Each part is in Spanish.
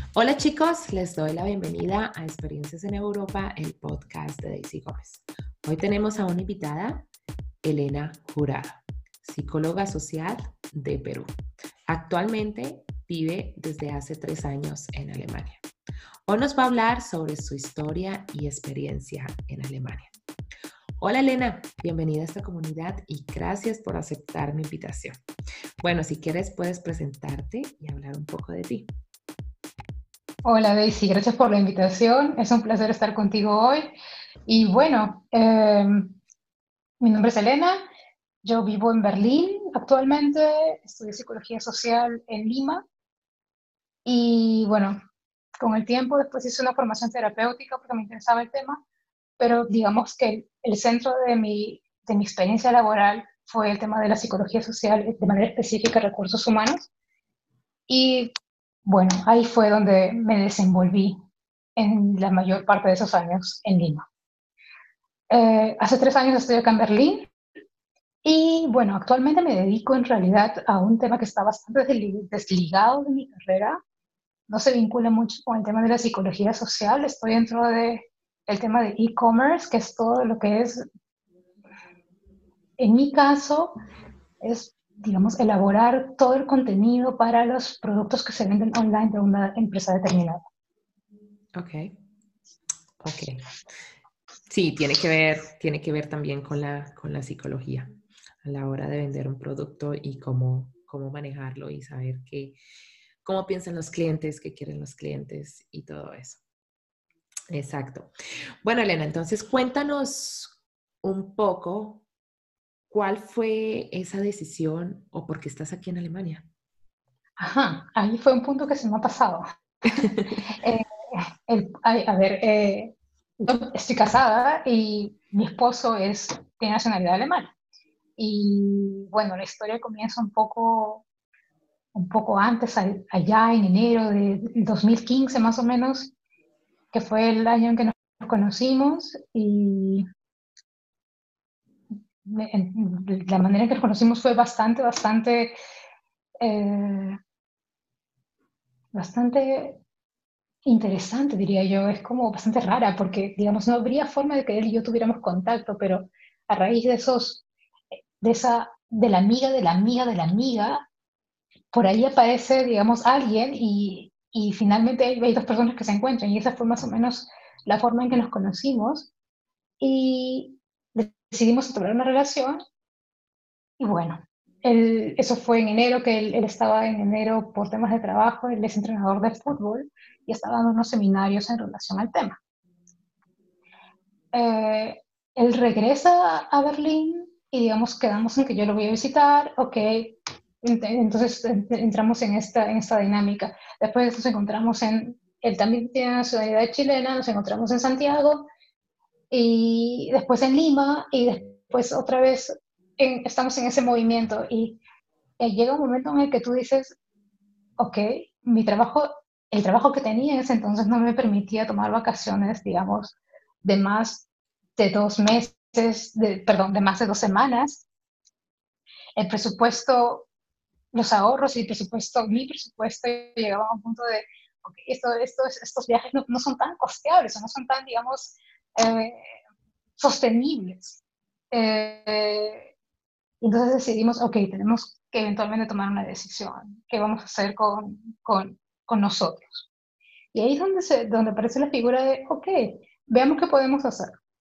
Hola chicos, les doy la bienvenida a Experiencias en Europa, el podcast de Daisy Gómez. Hoy tenemos a una invitada, Elena Jurado, psicóloga social de Perú. Actualmente vive desde hace 3 años en Alemania. Hoy nos va a hablar sobre su historia y experiencia en Alemania. Hola Elena, bienvenida a esta comunidad y gracias por aceptar mi invitación. Bueno, si quieres puedes presentarte y hablar un poco de ti. Hola Daisy, gracias por la invitación. Es un placer estar contigo hoy. Y bueno, mi nombre es Elena, yo vivo en Berlín actualmente, estudio psicología social en Lima y bueno, con el tiempo después hice una formación terapéutica porque me interesaba el tema, pero digamos que el centro de mi experiencia laboral fue el tema de la psicología social, de manera específica recursos humanos. Y bueno, ahí fue donde me desenvolví en la mayor parte de esos años en Lima. Hace 3 años estoy acá en Berlín y bueno, actualmente me dedico en realidad a un tema que está bastante desligado de mi carrera. No se vincula mucho con el tema de la psicología social. Estoy dentro de el tema de e-commerce, que es todo lo que es, en mi caso, es, digamos, elaborar todo el contenido para los productos que se venden online de una empresa determinada. Ok, ok. Sí, tiene que ver también con la psicología a la hora de vender un producto y cómo manejarlo y saber cómo piensan los clientes, qué quieren los clientes y todo eso. Exacto. Bueno, Elena, entonces cuéntanos un poco cuál fue esa decisión o por qué estás aquí en Alemania. Ajá, ahí fue un punto que se me ha pasado. Eh, a ver, yo estoy casada y mi esposo tiene nacionalidad alemana. Y bueno, la historia comienza un poco antes, allá en enero de 2015 más o menos, que fue el año en que nos conocimos y la manera en que nos conocimos fue eh, bastante interesante, diría yo. Es como bastante rara porque, digamos, no habría forma de que él y yo tuviéramos contacto, pero a raíz de la amiga de la amiga de la amiga, por ahí aparece, digamos, alguien y finalmente hay dos personas que se encuentran y esa fue más o menos la forma en que nos conocimos y decidimos entablar una relación y bueno, eso fue en enero, que él estaba en enero por temas de trabajo, él es entrenador de fútbol y estaba dando unos seminarios en relación al tema. Eh, Él regresa a Berlín y digamos quedamos en que yo lo voy a visitar, ok, entonces entramos en esta dinámica. Después nos encontramos él también tiene nacionalidad chilena, nos encontramos en Santiago y después en Lima y después otra vez estamos en ese movimiento y llega un momento en el que tú dices, ok, mi trabajo, el trabajo que tenía en ese entonces no me permitía tomar vacaciones, digamos, de más de 2 meses, perdón, de más de 2 semanas. El presupuesto, los ahorros y el presupuesto, mi presupuesto llegaba a un punto de, ok, estos viajes no son tan costeables o no son tan, digamos, eh, sostenibles. Eh, entonces decidimos, ok, tenemos que eventualmente tomar una decisión. ¿Qué vamos a hacer con nosotros? Y ahí es donde aparece la figura de, ok, veamos qué podemos hacer.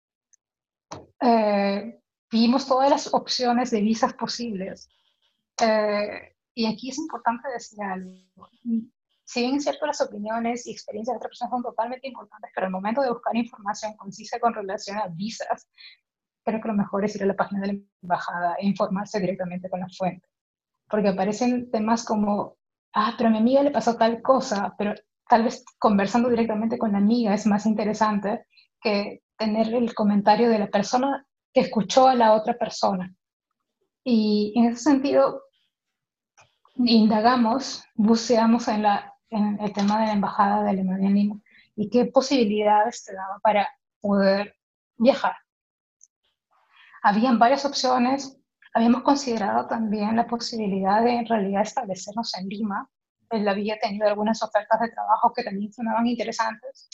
Vimos todas las opciones de visas posibles. Y aquí es importante decir algo. Si bien es cierto, las opiniones y experiencias de otras personas son totalmente importantes, pero al momento de buscar información concisa con relación a visas, creo que lo mejor es ir a la página de la embajada e informarse directamente con la fuente. Porque aparecen temas como, pero a mi amiga le pasó tal cosa, pero tal vez conversando directamente con la amiga es más interesante que tener el comentario de la persona que escuchó a la otra persona. Y en ese sentido, indagamos, buceamos en el tema de la embajada de Alemania en Lima y qué posibilidades te daba para poder viajar. Habían varias opciones. Habíamos considerado también la posibilidad de en realidad establecernos en Lima, él había tenido algunas ofertas de trabajo que también sonaban interesantes.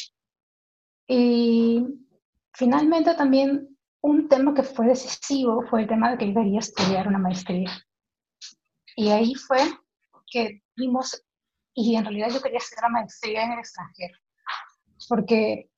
Y finalmente también un tema que fue decisivo fue el tema de que yo quería estudiar una maestría. Y ahí fue que vimos, y en realidad yo quería hacer la maestría en el extranjero, porque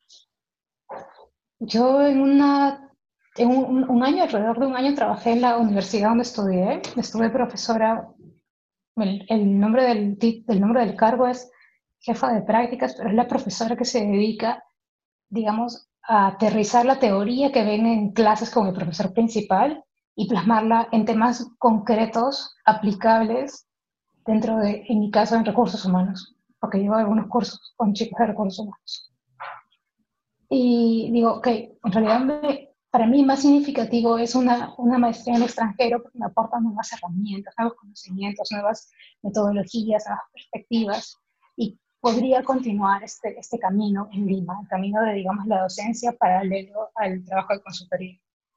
yo en un año, alrededor de un año, trabajé en la universidad donde estuve profesora. El nombre del nombre del cargo es jefa de prácticas, pero es la profesora que se dedica, digamos, a aterrizar la teoría que ven en clases con el profesor principal y plasmarla en temas concretos, aplicables, dentro de, en mi caso, en recursos humanos, porque llevo algunos cursos con chicos de recursos humanos. Y digo, ok, en realidad para mí más significativo es una maestría en el extranjero porque me aporta nuevas herramientas, nuevos conocimientos, nuevas metodologías, nuevas perspectivas, y podría continuar este camino en Lima, el camino de, digamos, la docencia paralelo al trabajo de consultoría.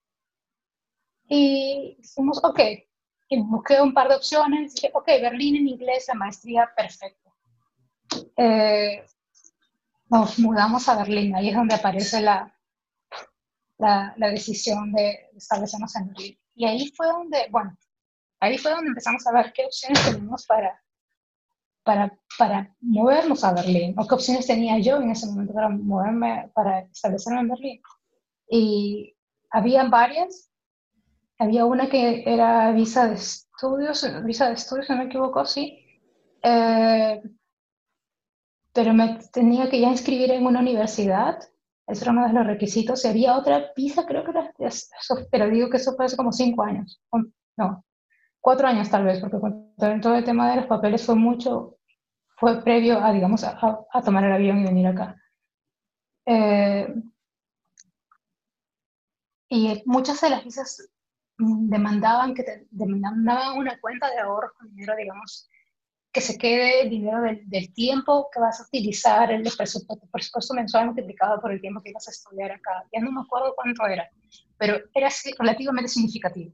Y dijimos, ok, y busqué un par de opciones, dije, ok, Berlín en inglés, la maestría, perfecto. Nos mudamos a Berlín, ahí es donde aparece la decisión de establecernos en Berlín. Y ahí fue donde empezamos a ver qué opciones teníamos para movernos a Berlín, o qué opciones tenía yo en ese momento para moverme, para establecerme en Berlín. Y había varias. Había una que era visa de estudios, si no me equivoco, sí. Pero me tenía que ya inscribir en una universidad, eso era uno de los requisitos, y había otra visa, creo que era, pero digo que eso fue hace como 5 años, no, 4 años tal vez, porque todo el tema de los papeles fue previo a, digamos, a tomar el avión y venir acá. Eh, y muchas de las visas demandaban una cuenta de ahorros con dinero, digamos, que se quede el dinero del tiempo que vas a utilizar, el presupuesto mensual multiplicado por el tiempo que vas a estudiar acá. Ya no me acuerdo cuánto era, pero era relativamente significativo.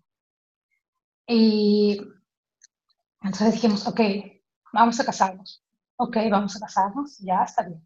Y entonces dijimos, ok, vamos a casarnos. Ok, vamos a casarnos, ya está bien.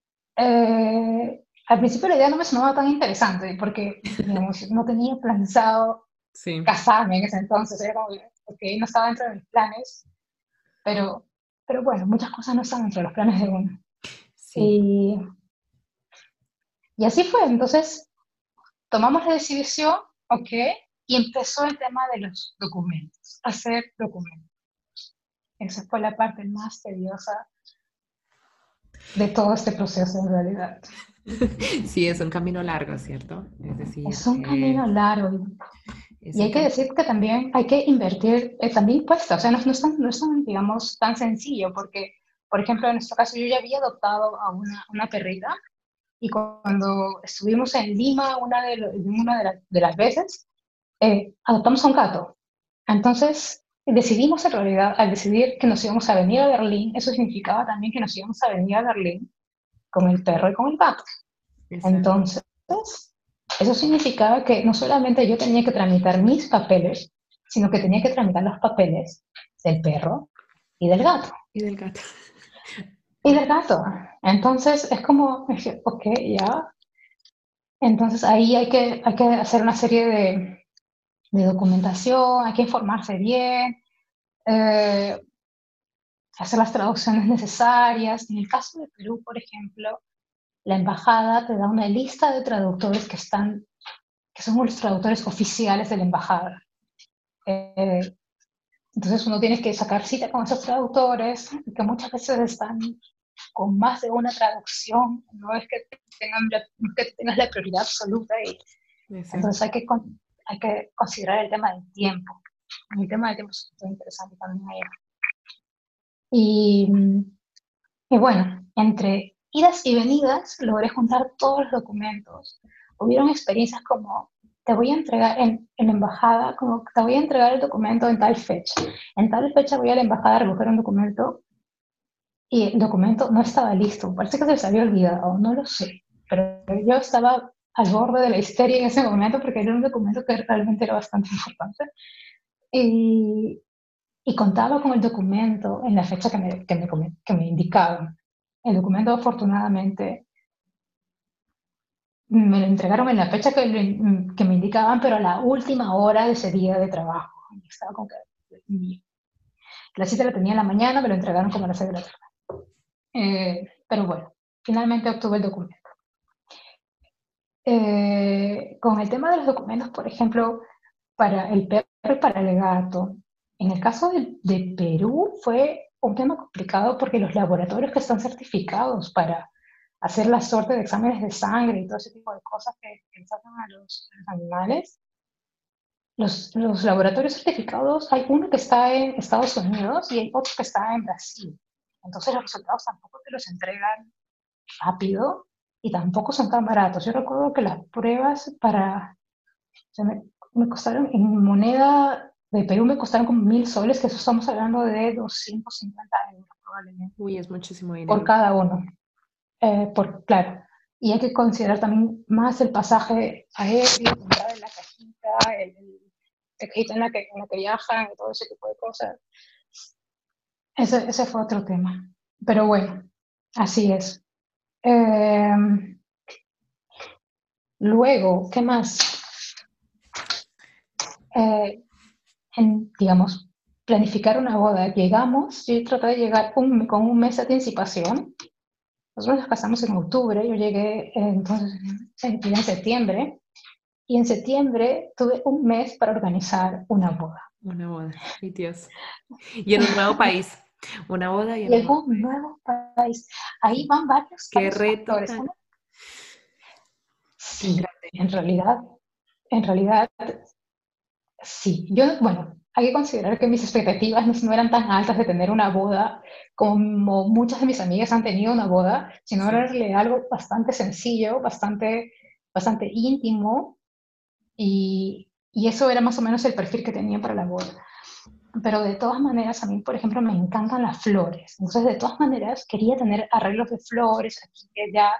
Al principio la idea no me sonaba tan interesante porque, digamos, no tenía pensado Sí. casarme en ese entonces. Era como, ok, no estaba dentro de mis planes, pero bueno, muchas cosas no están dentro de los planes de uno. Sí. Y así fue. Entonces tomamos la decisión, ok, y empezó el tema de los documentos, hacer documentos. Esa fue la parte más tediosa de todo este proceso en realidad. Sí, es un camino largo, ¿cierto? Es decir, Es un camino largo es y un hay que camino. decir que también hay que invertir, también cuesta, o sea, no es tan, digamos, tan sencillo porque, por ejemplo, en nuestro caso yo ya había adoptado a una perrita. Y cuando estuvimos en Lima, una de las veces, adoptamos a un gato. Entonces, decidimos en realidad, al decidir que nos íbamos a venir a Berlín, eso significaba también que nos íbamos a venir a Berlín con el perro y con el gato. Exacto. Entonces, eso significaba que no solamente yo tenía que tramitar mis papeles, sino que tenía que tramitar los papeles del perro y del gato. Y del gato. Y del gato. Entonces, es como, dije, ok, ya. Entonces, ahí hay que hacer una serie de documentación, hay que informarse bien, eh, hacer las traducciones necesarias. En el caso de Perú, por ejemplo, la embajada te da una lista de traductores que son los traductores oficiales de la embajada. Eh, entonces uno tiene que sacar cita con esos traductores, que muchas veces están con más de una traducción, no es que tengas la prioridad absoluta, y Exacto. entonces hay que considerar el tema del tiempo. El tema del tiempo es muy interesante también ahí. Y, y bueno, entre idas y venidas logré juntar todos los documentos. Hubieron experiencias como, te voy a entregar en la embajada, como te voy a entregar el documento en tal fecha. En tal fecha voy a la embajada a recoger un documento y el documento no estaba listo. Parece que se les había olvidado, no lo sé. Pero yo estaba al borde de la histeria en ese momento porque era un documento que realmente era bastante importante. Y y contaba con el documento en la fecha que me indicaban. El documento, afortunadamente, me lo entregaron en la fecha que me indicaban, pero a la última hora de ese día de trabajo. Y estaba con que la cita la tenía en la mañana, me lo entregaron como a las 6 de la tarde. Pero bueno, finalmente obtuve el documento. Con el tema de los documentos, por ejemplo, para el perro y para el gato, en el caso de Perú fue un tema complicado porque los laboratorios que están certificados para hacer la suerte de exámenes de sangre y todo ese tipo de cosas que les hacen a los animales, los laboratorios certificados, hay uno que está en Estados Unidos y hay otro que está en Brasil. Entonces los resultados tampoco te los entregan rápido y tampoco son tan baratos. Yo recuerdo que las pruebas o sea, me costaron, en moneda de Perú me costaron como 1.000 soles, que eso estamos hablando de 250 € probablemente, Uy, es muchísimo por dinero. cada uno. Claro, y hay que considerar también más el pasaje aéreo, comprar en la cajita, la cajita en la que viajan y todo ese tipo de cosas. Ese fue otro tema. Pero bueno, así es. Eh, Luego, ¿qué más? Eh, digamos, planificar una boda. Yo traté de llegar con un mes de anticipación. Nosotros nos casamos en octubre, yo llegué entonces en septiembre, y en septiembre tuve un mes para organizar una boda. Una boda. Ay, Dios. Y en un nuevo país. Una boda y en Y un en nuevo un país. nuevo país. Ahí Sí. van Qué varios reto factores. tan, tan Sí, grande. en realidad, sí. Bueno, hay que considerar que mis expectativas no eran tan altas de tener una boda como muchas de mis amigas han tenido una boda, sino era Sí. en realidad algo bastante sencillo, bastante íntimo, y eso era más o menos el perfil que tenía para la boda. Pero de todas maneras, a mí, por ejemplo, me encantan las flores. Entonces, de todas maneras, quería tener arreglos de flores aquí y allá.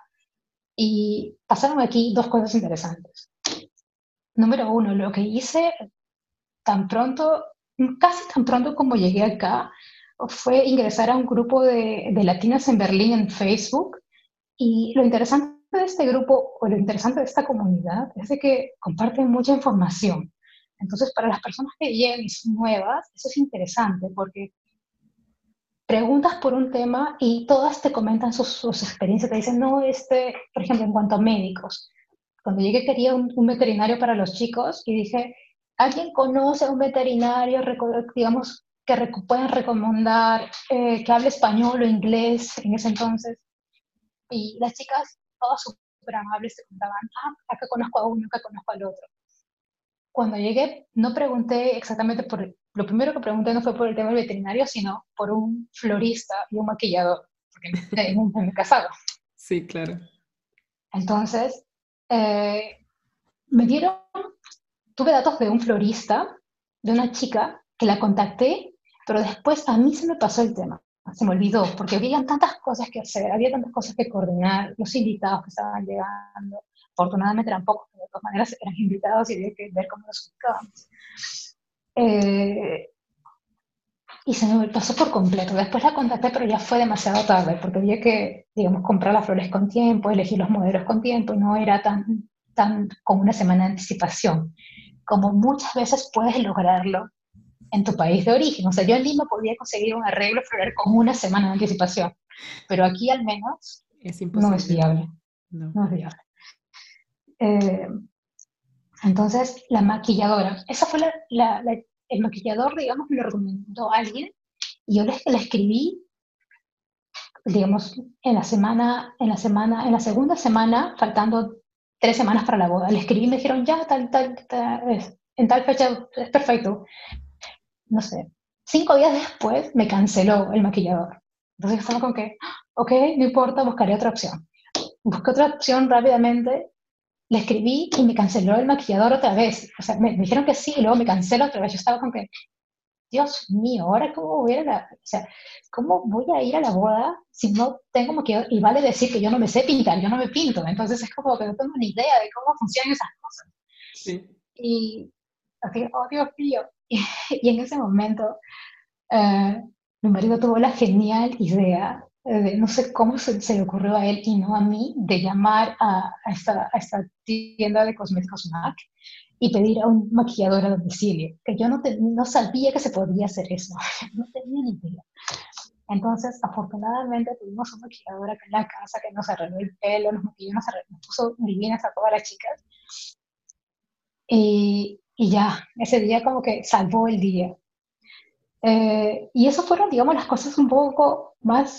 Y pasaron aquí dos cosas interesantes. Número uno, lo que hice tan pronto, casi tan pronto como llegué acá, fue ingresar a un grupo de latinas en Berlín en Facebook. Y lo interesante de este grupo, o lo interesante de esta comunidad, es de que comparten mucha información. Entonces, para las personas que llegan y son nuevas, eso es interesante porque preguntas por un tema y todas te comentan sus experiencias. Te dicen, no, por ejemplo, en cuanto a médicos. Cuando llegué quería un veterinario para los chicos y dije, ¿alguien conoce a un veterinario, digamos, que puedan recomendar, que hable español o inglés en ese entonces? Y las chicas, todas súper amables, te contaban, acá conozco a uno, acá conozco al otro. Cuando llegué, no pregunté exactamente lo primero que pregunté no fue por el tema del veterinario, sino por un florista y un maquillador, porque me casaba. Sí, claro. Entonces, eh, me dieron, tuve datos de un florista, de una chica, que la contacté, pero después a mí se me pasó el tema, se me olvidó, porque había tantas cosas que hacer, había tantas cosas que coordinar, los invitados que estaban llegando, afortunadamente eran pocos, pero de todas maneras eran invitados y había que ver cómo los ubicábamos. Eh, y se me pasó por completo. Después la contacté, pero ya fue demasiado tarde, porque había que, digamos, comprar las flores con tiempo, elegir los modelos con tiempo, y no era tan con una semana de anticipación, como muchas veces puedes lograrlo en tu país de origen. O sea, yo en Lima podía conseguir un arreglo floral con una semana de anticipación, pero aquí al menos Es no es imposible. viable, No. no es viable. Eh, entonces, la maquilladora, esa fue el maquillador, digamos, me lo recomendó alguien, y yo le escribí, digamos, en la segunda semana, faltando 3 semanas para la boda, le escribí y me dijeron, ya, en tal fecha es perfecto. No sé, 5 días después me canceló el maquillador. Entonces estaba con que, ok, no importa, buscaré otra opción. Busqué otra opción rápidamente, le escribí y me canceló el maquillador otra vez. O sea, me dijeron que sí y luego me canceló otra vez. Yo estaba con que, Dios mío, ahora cómo voy a ir a o sea, ¿cómo voy a ir a la boda si no tengo maquillador? Y vale decir que yo no me sé pintar, yo no me pinto. Entonces es como que no tengo ni idea de cómo funcionan esas cosas. Sí. Y así, oh Dios mío. Y en ese momento eh, mi marido tuvo la genial idea, no sé cómo se le ocurrió a él y no a mí, de llamar a esta tienda de cosméticos MAC y pedir a un maquillador a domicilio, que yo no sabía que se podía hacer eso, no tenía ni idea. Entonces, afortunadamente, tuvimos un maquillador acá en la casa que nos arregló el pelo, nos maquilló, nos puso divinas a todas las chicas. Y ya, ese día como que salvó el día. Y eso fueron, digamos, las cosas un poco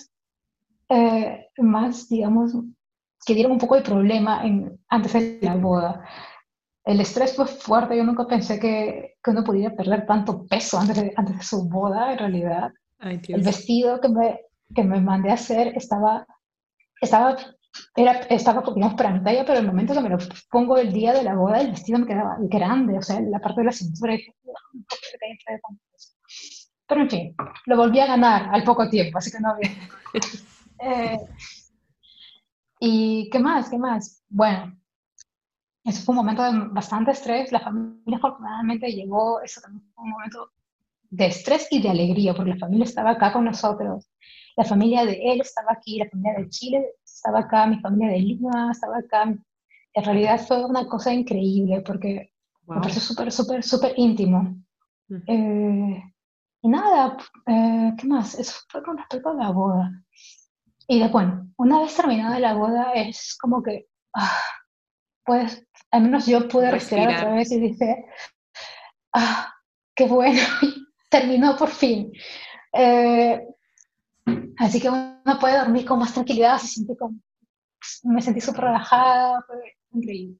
más, digamos, que dieron un poco de problema antes de la boda. El estrés fue fuerte, yo nunca pensé que uno pudiera perder tanto peso antes de su boda, en realidad. Ay, El Dios. vestido que me mandé a hacer estaba, estaba, digamos, para mi talla, pero el momento que me lo pongo el día de la boda, el vestido me quedaba grande, o sea, la parte de la cintura, dije, no, no puedo creer que haya traído tanto peso. Pero en fin, lo volví a ganar al poco tiempo, así que no había ningún problema. Eh, ¿Y qué más? ¿Qué más? Bueno, eso fue un momento de bastante estrés. La familia afortunadamente llegó, eso también fue un momento de estrés y de alegría, porque la familia estaba acá con nosotros. La familia de él estaba aquí, la familia de Chile estaba acá, mi familia de Lima estaba acá. En realidad fue una cosa increíble porque me pareció Wow. súper, súper, súper íntimo. Eh, y nada, ¿qué más? Eso fue con respecto a la boda. Y bueno, una vez terminada la boda es como que, pues, al menos yo pude respirar otra Respirar. vez y dije, ah, qué bueno, terminó por fin. Eh, Así que uno puede dormir con más tranquilidad, me sentí súper relajada, fue increíble.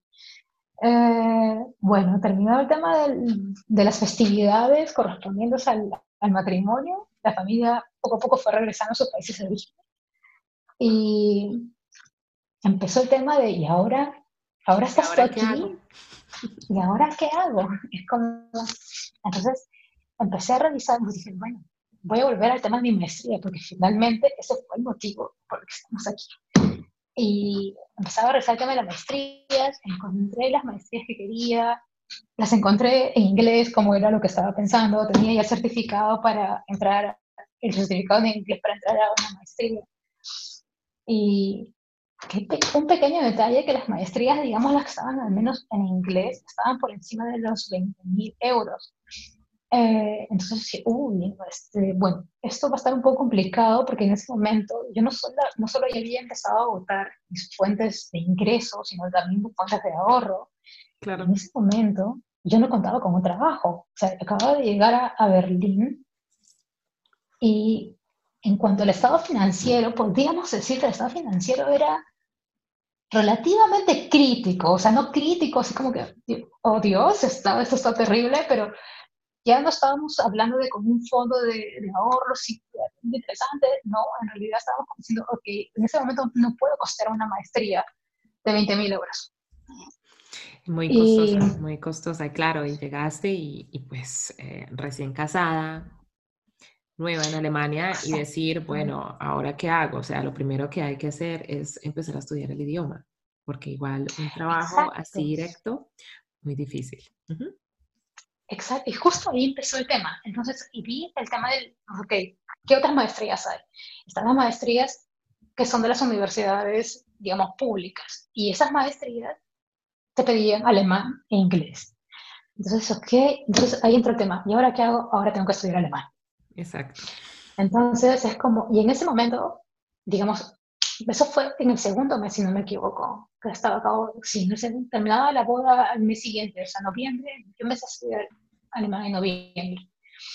Bueno, terminado el tema de las festividades correspondientes al matrimonio, la familia poco a poco fue regresando a sus países de origen y empezó el tema de, ¿y ahora ¿Y estás tú ahora qué aquí? hago? ¿Y ahora qué hago? Es como, entonces empecé a revisar y dije, bueno, voy a volver al tema de mi maestría, porque finalmente ese fue el motivo por el que estamos aquí. Y empezaba a revisar el tema de las maestrías, encontré las maestrías que quería, las encontré en inglés como era lo que estaba pensando, tenía ya el certificado para entrar, el certificado de inglés para entrar a una maestría. Y un pequeño detalle que las maestrías, digamos las que estaban al menos en inglés, estaban por encima de los 20.000 euros. Entonces dije, uy, bueno, esto va a estar un poco complicado porque en ese momento yo no solo ya había empezado a agotar mis fuentes de ingresos, sino también mis fuentes de ahorro. Y Claro. en ese momento yo no contaba con un trabajo. O sea, acababa de llegar a Berlín y en cuanto al estado financiero, podríamos decir que el estado financiero era relativamente crítico, o sea, no crítico, así como que, oh Dios, esto está terrible, pero ya no estábamos hablando de como un fondo de ahorros interesante, no, en realidad estábamos diciendo, ok, en ese momento no puedo costear una maestría de 20.000 euros. Y Muy costosa, y claro, y llegaste y pues recién casada, nueva en Alemania y decir, exacto, bueno, ¿ahora qué hago? O sea, lo primero que hay que hacer es empezar a estudiar el idioma, porque igual un trabajo así exacto, directo, muy difícil. Ujú. exacto. Y justo ahí empezó el tema. Entonces, y vi el tema del, ok, ¿qué otras maestrías hay? Están las maestrías que son de las universidades, digamos, públicas. Y esas maestrías te pedían alemán e inglés. Entonces, ok, entonces ahí entra el tema. ¿Y ahora qué hago? Ahora tengo que estudiar alemán. Exacto. Entonces es como, y en ese momento, digamos, eso fue en el segundo mes, si no me equivoco, que estaba a cabo, sí, no sé, terminaba la boda al mes siguiente, o sea, noviembre, yo empecé a estudiar alemán en noviembre.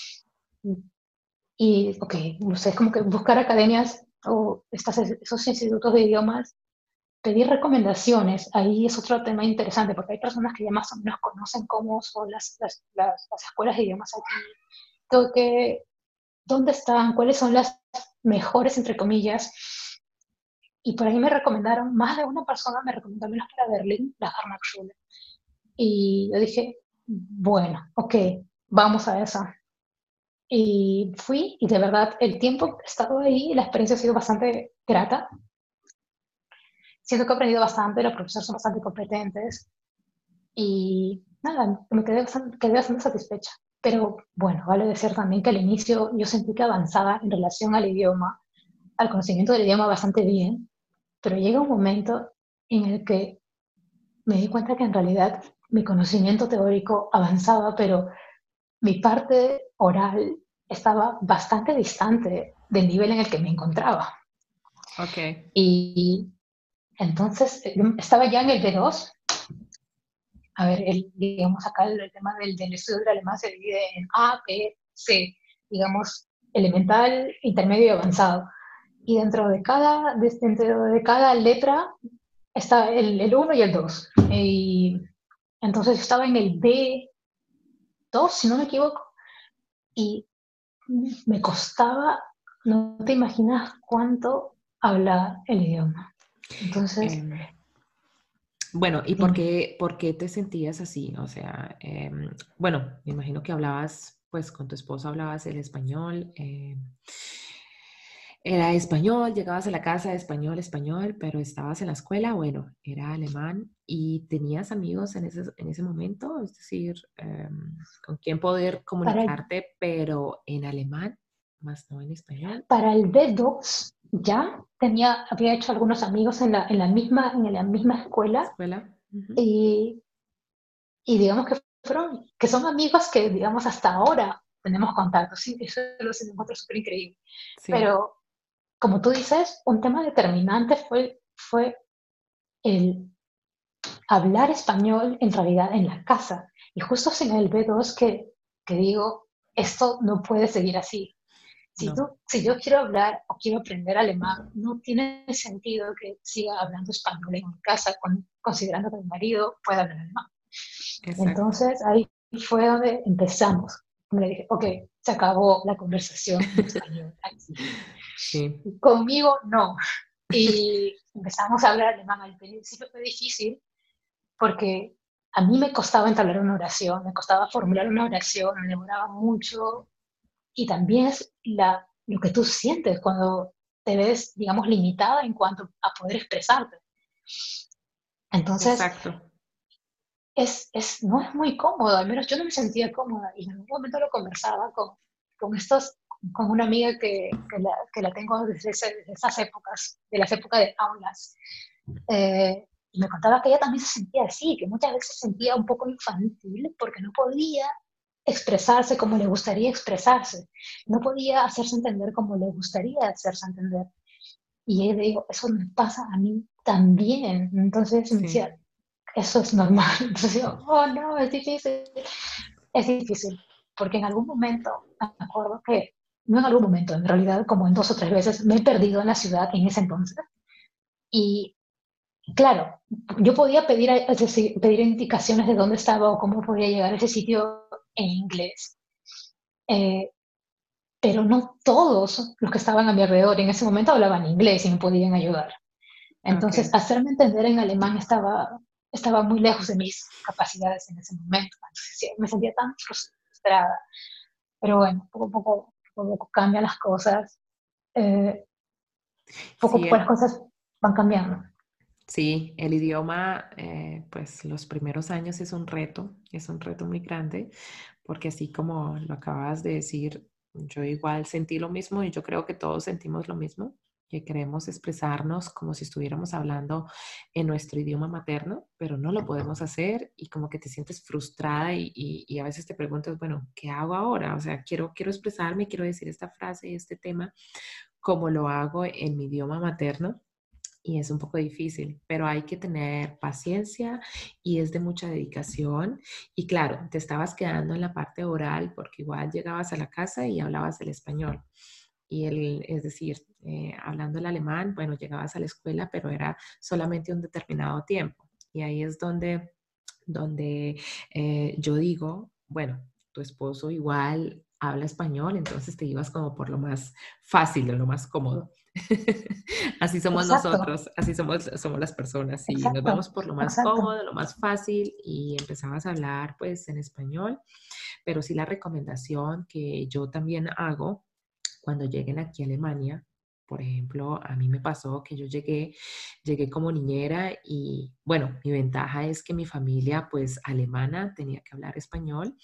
Y, ok, no sé, es como que buscar academias o esos institutos de idiomas, pedir recomendaciones, ahí es otro tema interesante, porque hay personas que ya más o menos conocen cómo son las escuelas de idiomas aquí, que, dónde están, cuáles son las mejores, entre comillas. Y por ahí me recomendaron, más de una persona me recomendó menos para Berlín, la Fachhochschule. Y yo dije, bueno, ok, vamos a esa. Y fui, y de verdad, el tiempo que he estado ahí, la experiencia ha sido bastante grata. Siento que he aprendido bastante, los profesores son bastante competentes. Y nada, quedé bastante satisfecha. Pero bueno, vale decir también que al inicio yo sentí que avanzaba en relación al idioma, al conocimiento del idioma bastante bien, pero llega un momento en el que me di cuenta que en realidad mi conocimiento teórico avanzaba, pero mi parte oral estaba bastante distante del nivel en el que me encontraba. Ok. Y entonces estaba ya en el B2. A ver, digamos acá el tema del estudio del alemán se divide en A, B, C, digamos, elemental, intermedio y avanzado. Y dentro de cada letra está el 1 y el 2. Y entonces yo estaba en el B2, si no me equivoco, y me costaba, no te imaginas cuánto habla el idioma. Entonces, Em, bueno, ¿y dime. por qué te sentías así? O sea, bueno, me imagino que hablabas, pues con tu esposo hablabas el español. Era español, llegabas a la casa de español, español, pero estabas en la escuela, bueno, era alemán y tenías amigos en ese momento, es decir, con quién poder Para, comunicarte, pero en alemán, más no en español. para el B2 ya había hecho algunos amigos en la misma escuela Escuela. Ujú. y, y digamos que son amigos que digamos hasta ahora tenemos contacto, sí, eso lo encuentro súper increíble. Sí, Pero como tú dices, un tema determinante fue el hablar español en realidad en la casa. Y justo en el B2 que digo, esto no puede seguir así. no, Si yo quiero hablar o quiero aprender alemán, no tiene sentido que siga hablando español en mi casa, considerando que mi marido puede hablar alemán. exacto. Entonces ahí fue donde empezamos. Me dije, ok, se acabó la conversación en español aquí. Sí, Conmigo no. Y empezamos a hablar alemán. Al principio fue difícil porque a mí me costaba entablar una oración, me costaba formular una oración, me demoraba mucho. Y también es lo que tú sientes cuando te ves, digamos, limitada en cuanto a poder expresarte. Entonces, exacto. no es muy cómodo, al menos yo no me sentía cómoda. Y en algún momento lo conversaba con una amiga que la tengo desde esas épocas, de las épocas de aulas. Y me contaba que ella también se sentía así, que muchas veces se sentía un poco infantil porque no podía expresarse como le gustaría expresarse, no podía hacerse entender como le gustaría hacerse entender. Y ella digo, eso me pasa a mí también. Entonces me Sí, decía, eso es normal. Entonces yo, oh no, es difícil, porque en algún momento, me acuerdo que, no en algún momento, en realidad como en 2 o 3 veces me he perdido en la ciudad en ese entonces. Y claro, yo podía es decir, pedir indicaciones de dónde estaba o cómo podía llegar a ese sitio en inglés. Eh, pero no todos los que estaban a mi alrededor en ese momento hablaban inglés y me podían ayudar. Entonces, ok. hacerme entender en alemán estaba muy lejos de mis capacidades en ese momento. Entonces, sí, me sentía tan frustrada. Pero bueno, poco a poco cambian las cosas. Eh, Poco a Sí, poco las cosas van cambiando. sí, el idioma, pues los primeros años es un reto muy grande, porque así como lo acabas de decir, yo igual sentí lo mismo y yo creo que todos sentimos lo mismo, que queremos expresarnos como si estuviéramos hablando en nuestro idioma materno, pero no lo podemos hacer y como que te sientes frustrada y a veces te preguntas, bueno, ¿qué hago ahora? O sea, quiero expresarme, quiero decir esta frase y este tema como lo hago en mi idioma materno y es un poco difícil, pero hay que tener paciencia y es de mucha dedicación. Y claro, te estabas quedando en la parte oral porque igual llegabas a la casa y hablabas el español. Es decir, hablando el alemán, bueno, llegabas a la escuela, pero era solamente un determinado tiempo. Y ahí es donde yo digo, bueno, tu esposo igual habla español, entonces te ibas como por lo más fácil o lo más cómodo. Así somos Exacto, nosotros, somos las personas y nos exacto, vamos por lo más exacto. cómodo, lo más fácil y empezabas a hablar pues en español, pero sí la recomendación que yo también hago cuando lleguen aquí a Alemania, por ejemplo, a mí me pasó que llegué como niñera y bueno, mi ventaja es que mi familia pues alemana tenía que hablar español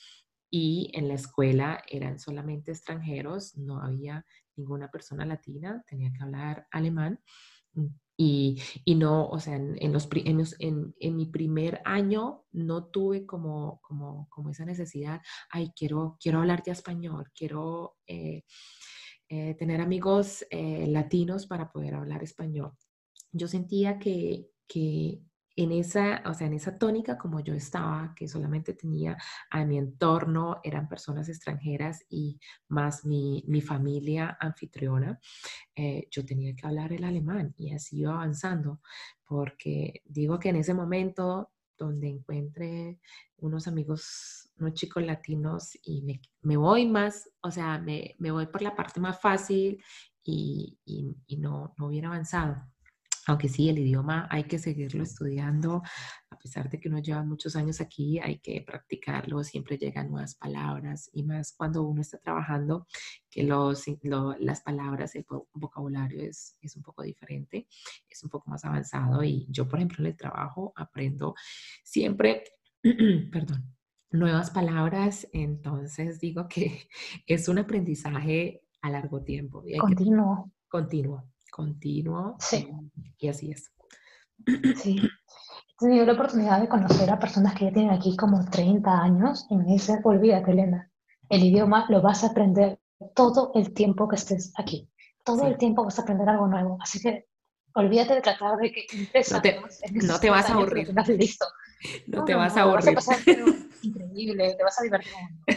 y en la escuela eran solamente extranjeros, no había ninguna persona latina, tenía que hablar alemán. Y no, o sea, en mi primer año no tuve como esa necesidad, ay, quiero hablar ya español, quiero tener amigos latinos para poder hablar español. Yo sentía que en esa, o sea, en esa tónica como yo estaba, que solamente tenía a mi entorno, eran personas extranjeras y más mi familia anfitriona, yo tenía que hablar el alemán y así iba avanzando, porque digo que en ese momento donde encuentre unos amigos, unos chicos latinos y me voy más, o sea, me voy por la parte más fácil y no hubiera avanzado. Aunque sí, el idioma hay que seguirlo estudiando, a pesar de que uno lleva muchos años aquí, hay que practicarlo, siempre llegan nuevas palabras y más cuando uno está trabajando, que las palabras, el vocabulario es un poco diferente, es un poco más avanzado y yo, por ejemplo, en el trabajo aprendo siempre, perdón, nuevas palabras, entonces digo que es un aprendizaje a largo tiempo y hay que Continuo. continuo Sí, y así es. sí. He tenido la oportunidad de conocer a personas que ya tienen aquí como 30 años y me dicen, olvídate, Elena, el idioma lo vas a aprender todo el tiempo que estés aquí. Todo el Sí, tiempo vas a aprender algo nuevo. Así que olvídate de tratar de que en tres no te, años, en no esos te tres vas a años lo aburrir, tengas listo. no No, te no, vas a no, lo vas a aburrir. pasar, pero increíble, te vas a divertir un montón.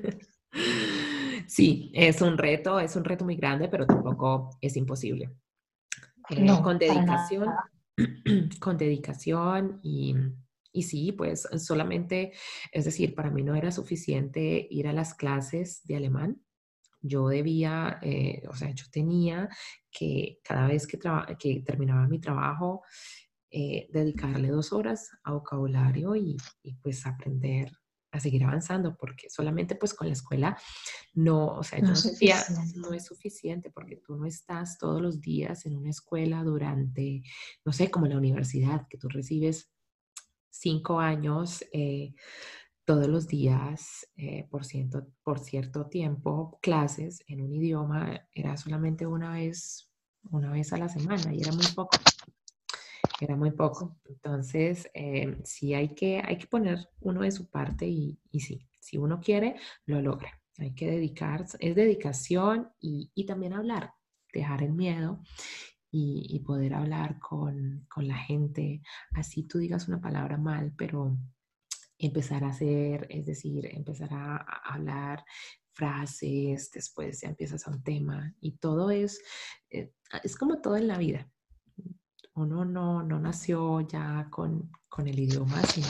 Sí, es un reto muy grande, pero tampoco es imposible. Con No, para dedicación, nada. con dedicación y sí, pues solamente, es decir, para mí no era suficiente ir a las clases de alemán. Yo debía, o sea, yo tenía que cada vez que terminaba mi trabajo, dedicarle 2 horas a vocabulario y pues aprender a seguir avanzando, porque solamente pues con la escuela no, o sea, No yo es no sentía, suficiente. no es suficiente porque tú no estás todos los días en una escuela durante, no sé, como la universidad, que tú recibes 5 años todos los días por cierto tiempo clases en un idioma, era solamente una vez a la semana y era muy poco. Era muy poco. Entonces, sí hay que poner uno de su parte y sí, si uno quiere, lo logra. Hay que dedicarse, es dedicación y también hablar, dejar el miedo y poder hablar con la gente. Así tú digas una palabra mal, pero empezar a hacer, es decir, empezar a hablar frases, después ya empiezas a un tema y todo es como todo en la vida. Uno no nació ya con el idioma, sino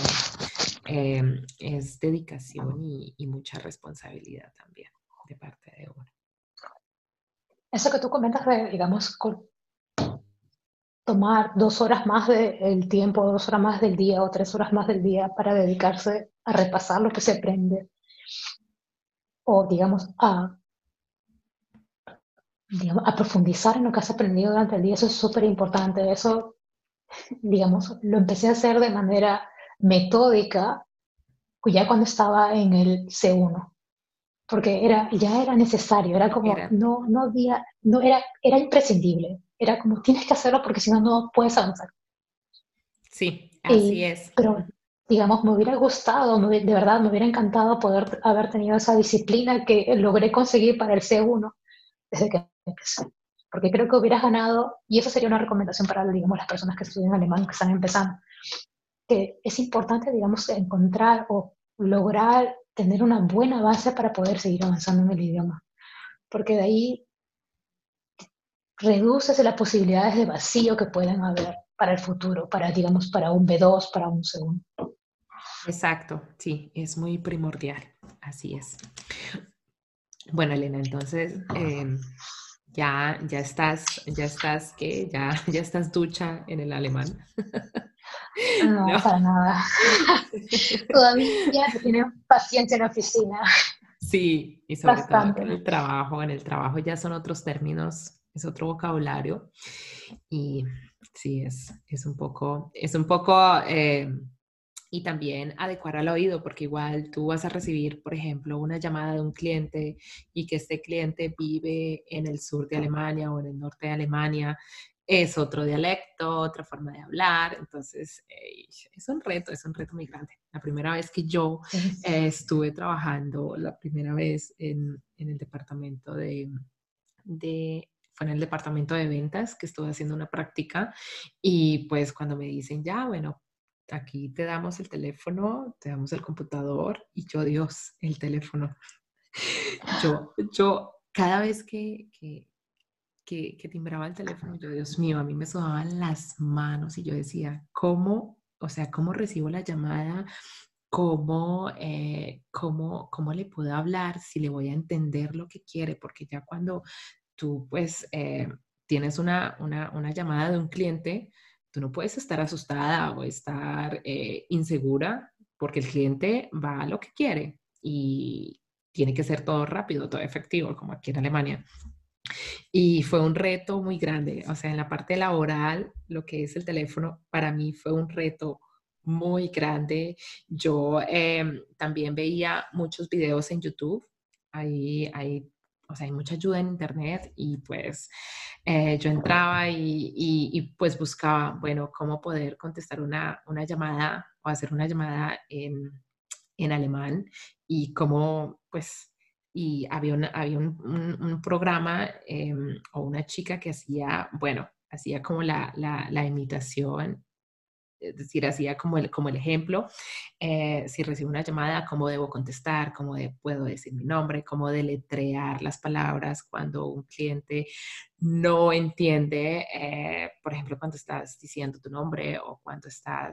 es dedicación y mucha responsabilidad también de parte de uno. Eso que tú comentas de, digamos, tomar 2 horas más del tiempo, 2 horas más del día o 3 horas más del día para dedicarse a repasar lo que se aprende o, digamos, a profundizar en lo que has aprendido durante el día. Eso es súper importante. Eso, digamos, lo empecé a hacer de manera metódica ya cuando estaba en el C1, porque ya era necesario, era como, Era, no había, no era, era imprescindible. Era como, tienes que hacerlo porque si no, no puedes avanzar. sí, así es. Pero, digamos, me hubiera gustado, de verdad, me hubiera encantado poder haber tenido esa disciplina que logré conseguir para el C1 desde que empecé. Porque creo que hubieras ganado, y eso sería una recomendación para, digamos, las personas que estudian alemán, que están empezando, que es importante, digamos, encontrar o lograr tener una buena base para poder seguir avanzando en el idioma. Porque de ahí reduces las posibilidades de vacío que puedan haber para el futuro, para, digamos, para un B2, para un C1. Exacto, sí, es muy primordial. Así es. Bueno, Elena, entonces ya estás ducha en el alemán. No, No. para nada. Todavía no tienen paciencia en la oficina. Sí, y sobre todo que Bastante. en el trabajo ya son otros términos, es otro vocabulario y sí, es un poco y también adecuar al oído, porque igual tú vas a recibir, por ejemplo, una llamada de un cliente y que este cliente vive en el sur de Alemania o en el norte de Alemania, es otro dialecto, otra forma de hablar, entonces es un reto muy grande. La primera vez que yo Sí. estuve trabajando, la primera vez en el departamento fue en el departamento de ventas que estuve haciendo una práctica y pues cuando me dicen, ya, bueno, aquí te damos el teléfono, te damos el computador y yo, Dios, el teléfono. Yo cada vez que timbraba el teléfono, yo, Dios mío, a mí me sudaban las manos y yo decía, ¿cómo, o sea, cómo recibo la llamada? ¿Cómo le puedo hablar? Si le voy a entender lo que quiere, porque ya cuando tú pues tienes una llamada de un cliente, tú no puedes estar asustada o estar insegura porque el cliente va a lo que quiere y tiene que ser todo rápido, todo efectivo, como aquí en Alemania. Y fue un reto muy grande, o sea, en la parte laboral, lo que es el teléfono, para mí fue un reto muy grande. Yo también veía muchos videos en YouTube, o sea, hay mucha ayuda en Internet y pues yo entraba y, pues buscaba, bueno, cómo poder contestar una llamada o hacer una llamada en alemán y cómo, pues, y había un programa o una chica que hacía, bueno, hacía como la imitación, es decir, hacía como el ejemplo, si recibo una llamada, cómo debo contestar, puedo decir mi nombre, cómo deletrear las palabras cuando un cliente no entiende, por ejemplo, cuando estás diciendo tu nombre o cuando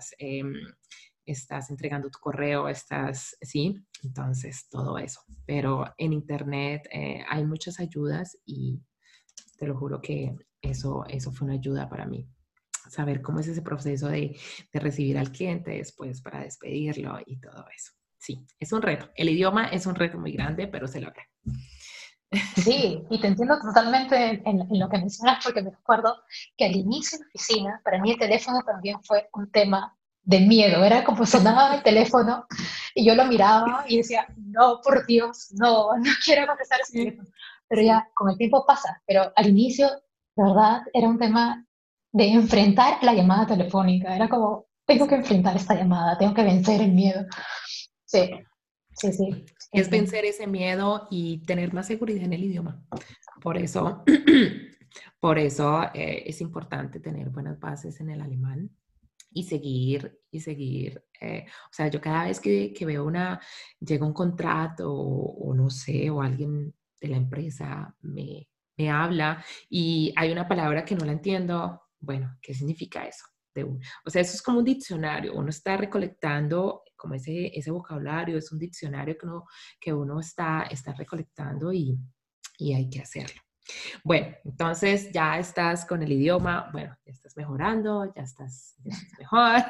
estás entregando tu correo, sí, entonces todo eso. Pero en Internet hay muchas ayudas y te lo juro que eso fue una ayuda para mí. Saber cómo es ese proceso de recibir al cliente después para despedirlo y todo eso. Sí, es un reto. El idioma es un reto muy grande, pero se logra. Sí, y te entiendo totalmente en lo que mencionas, porque me acuerdo que al inicio de la oficina, para mí el teléfono también fue un tema de miedo. Era como sonaba el teléfono y yo lo miraba y decía, no, por Dios, no, no quiero contestar ese Sí, teléfono. Pero sí. ya con el tiempo pasa. Pero al inicio, de verdad, era un tema de enfrentar la llamada telefónica. Era como, tengo que Sí. enfrentar esta llamada, tengo que vencer el miedo. Sí, sí, sí, te Es entiendo. vencer ese miedo y tener más seguridad en el idioma. Por eso, por eso es importante tener buenas bases en el alemán y seguir. O sea, yo cada vez que veo llega un contrato o no sé, o alguien de la empresa me habla y hay una palabra que no la entiendo, bueno, ¿qué significa eso? O sea, eso es como un diccionario, uno está recolectando como ese vocabulario, es un diccionario que uno está recolectando y hay que hacerlo. Bueno, entonces ya estás con el idioma, bueno, ya estás mejorando, ya estás mejor.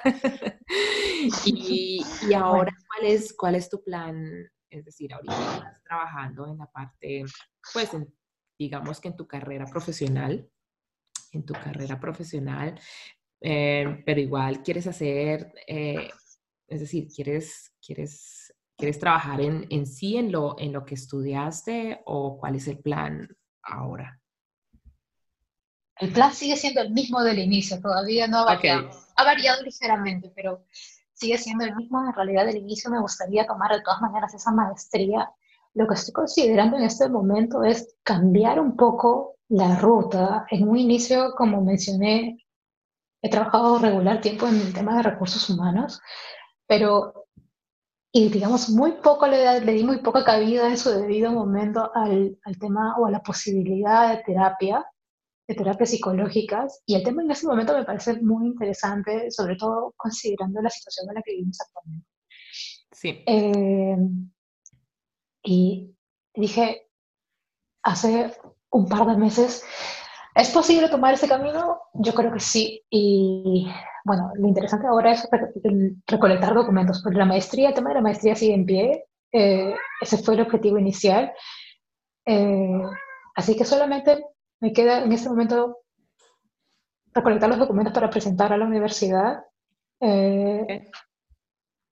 Y ahora, Bueno. ¿cuál es tu plan? Es decir, ahorita estás trabajando en la parte, pues, digamos que en tu carrera profesional, pero igual quieres hacer, es decir, quieres trabajar en sí, en lo que estudiaste, o cuál es el plan ahora. El plan sigue siendo el mismo del inicio, todavía no ha Ok. variado. Ha variado ligeramente, pero sigue siendo el mismo. En realidad, del inicio me gustaría tomar de todas maneras esa maestría. Lo que estoy considerando en este momento es cambiar un poco la ruta. En un inicio, como mencioné, he trabajado regular tiempo en el tema de recursos humanos, pero, y digamos, le di muy poca cabida en su debido momento al tema o a la posibilidad de terapias psicológicas, y el tema en ese momento me parece muy interesante, sobre todo considerando la situación en la que vivimos actualmente. Sí. Eh, y dije hace un par de meses, ¿es posible tomar ese camino? Yo creo que sí. Y bueno, lo interesante ahora es recolectar documentos, porque el tema de la maestría sigue en pie. Ese fue el objetivo inicial. Eh, Así que solamente me queda en este momento recolectar los documentos para presentar a la universidad. Eh, Ok.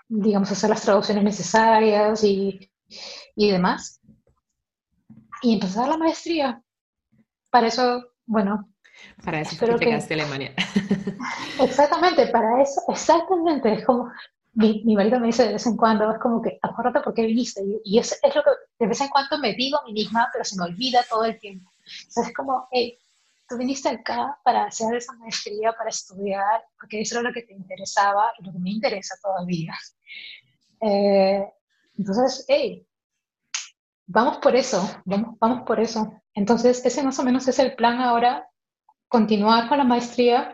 digamos, hacer las traducciones necesarias y demás. Y empezar la maestría. Para eso, bueno, Para eso fue que espero que llegaste a Alemania. exactamente, para eso, exactamente, es como, mi marido me dice de vez en cuando, es como que, acuérdate por qué viniste, y es lo que de vez en cuando me digo a mí misma, pero se me olvida todo el tiempo. Entonces es como, hey, tú viniste acá para hacer esa maestría, para estudiar, porque eso era lo que te interesaba y lo que me interesa todavía. Eh, entonces, hey, vamos por eso, vamos por eso. Entonces, ese más o menos es el plan ahora, continuar con la maestría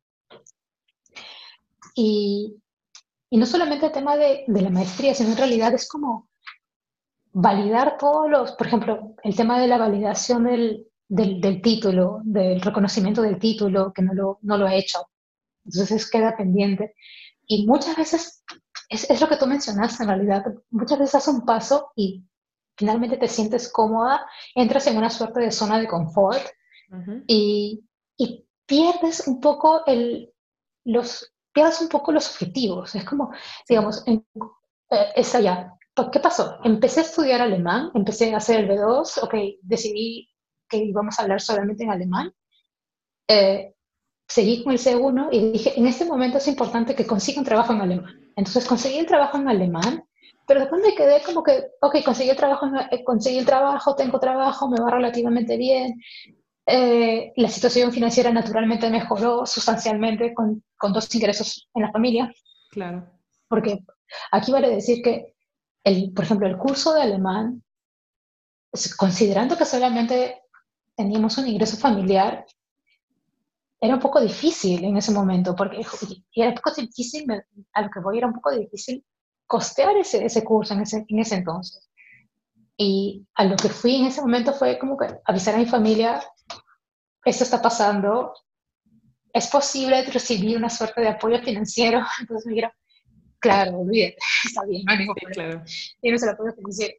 y Y no solamente el tema de la maestría, sino en realidad es como validar todos los, por ejemplo, el tema de la validación del título, del reconocimiento del título, que no lo he hecho. Entonces queda pendiente. Y muchas veces, es lo que tú mencionaste en realidad, muchas veces das un paso y finalmente te sientes cómoda, entras en una suerte de zona de confort Ujú. y pierdes un poco pierdes un poco los objetivos. Es como, Sí, digamos, es allá. ¿Qué pasó? Empecé a estudiar alemán, empecé a hacer el B2, ok, decidí que íbamos a hablar solamente en alemán. Eh, Seguí con el C1 y dije, en este momento es importante que consiga un trabajo en alemán. Entonces conseguí el trabajo en alemán, pero después me quedé como que, ok, conseguí el trabajo, tengo trabajo, me va relativamente bien, la situación financiera naturalmente mejoró sustancialmente con dos ingresos en la familia, claro. porque aquí vale decir que, por ejemplo, el curso de alemán, considerando que solamente teníamos un ingreso familiar, era un poco difícil en ese momento, porque y era un poco difícil, a lo que voy era un poco difícil costear ese curso en ese entonces. Y a lo que fui en ese momento fue como que avisar a mi familia, esto está pasando, es posible recibir una suerte de apoyo financiero. Entonces me dijeron, claro, olvídate, está bien, no hay ningún Sí, problema. claro. Tienes el apoyo financiero.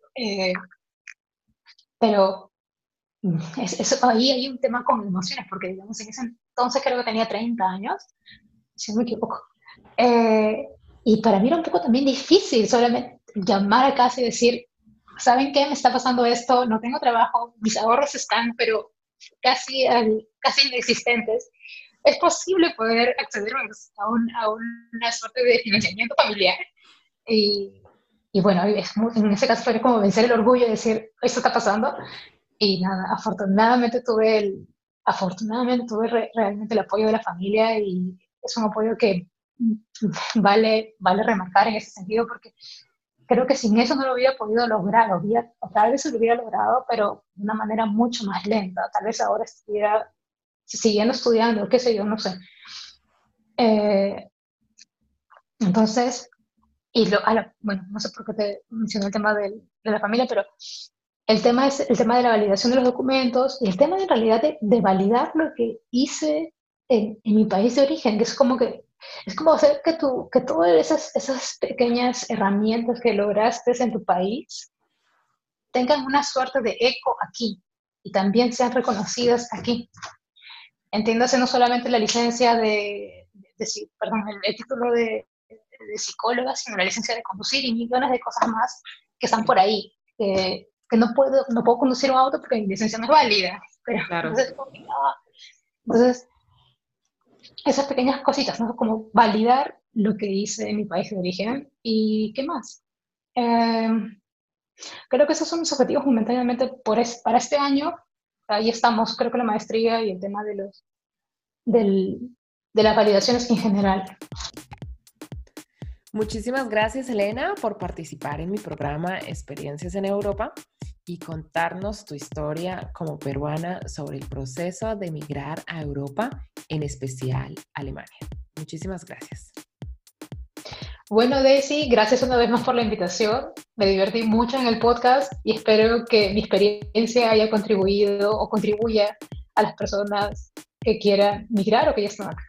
Pero ahí hay un tema con emociones, porque digamos, en ese entonces creo que tenía 30 años, si no me equivoco. Eh, y para mí era un poco también difícil solamente llamar a casa y decir, ¿saben qué? Me está pasando esto, no tengo trabajo, mis ahorros están, pero casi inexistentes. Es posible poder acceder a una suerte de financiamiento familiar. Y, y bueno, en ese caso fue como vencer el orgullo y decir, esto está pasando. Y nada, afortunadamente tuve realmente el apoyo de la familia y es un apoyo que vale remarcar en ese sentido porque creo que sin eso no lo hubiera podido lograr, o tal vez lo hubiera logrado, pero de una manera mucho más lenta. Tal vez ahora estuviera siguiendo estudiando, qué sé yo, no sé. Eh, entonces, bueno, no sé por qué te mencioné el tema de la familia, pero el tema es el tema de la validación de los documentos y el tema en realidad de validar lo que hice en mi país de origen, que es como hacer que todas esas pequeñas herramientas que lograste en tu país tengan una suerte de eco aquí y también sean reconocidas aquí. Entiéndase no solamente la licencia perdón, el título de psicóloga, sino la licencia de conducir y millones de cosas más que están por ahí. Que no puedo conducir un auto porque mi licencia no es válida. Pero Claro. entonces, entonces esas pequeñas cositas, ¿no? Como validar lo que hice en mi país de origen y qué más. Eh, Creo que esos son mis objetivos momentáneamente para este año. Ahí estamos, creo que la maestría y el tema del, de las validaciones en general. Muchísimas gracias, Elena, por participar en mi programa Experiencias en Europa y contarnos tu historia como peruana sobre el proceso de emigrar a Europa, en especial Alemania. Muchísimas gracias. Bueno, Daisy, gracias una vez más por la invitación. Me divertí mucho en el podcast y espero que mi experiencia haya contribuido o contribuya a las personas que quieran migrar o que ya están acá.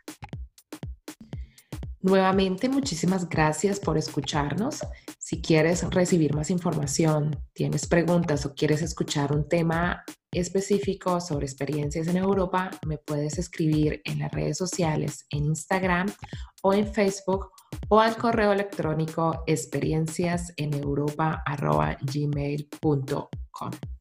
Nuevamente, muchísimas gracias por escucharnos. Si quieres recibir más información, tienes preguntas o quieres escuchar un tema específico sobre experiencias en Europa, me puedes escribir en las redes sociales, en Instagram o en Facebook o al correo electrónico experienciaseneuropa@gmail.com.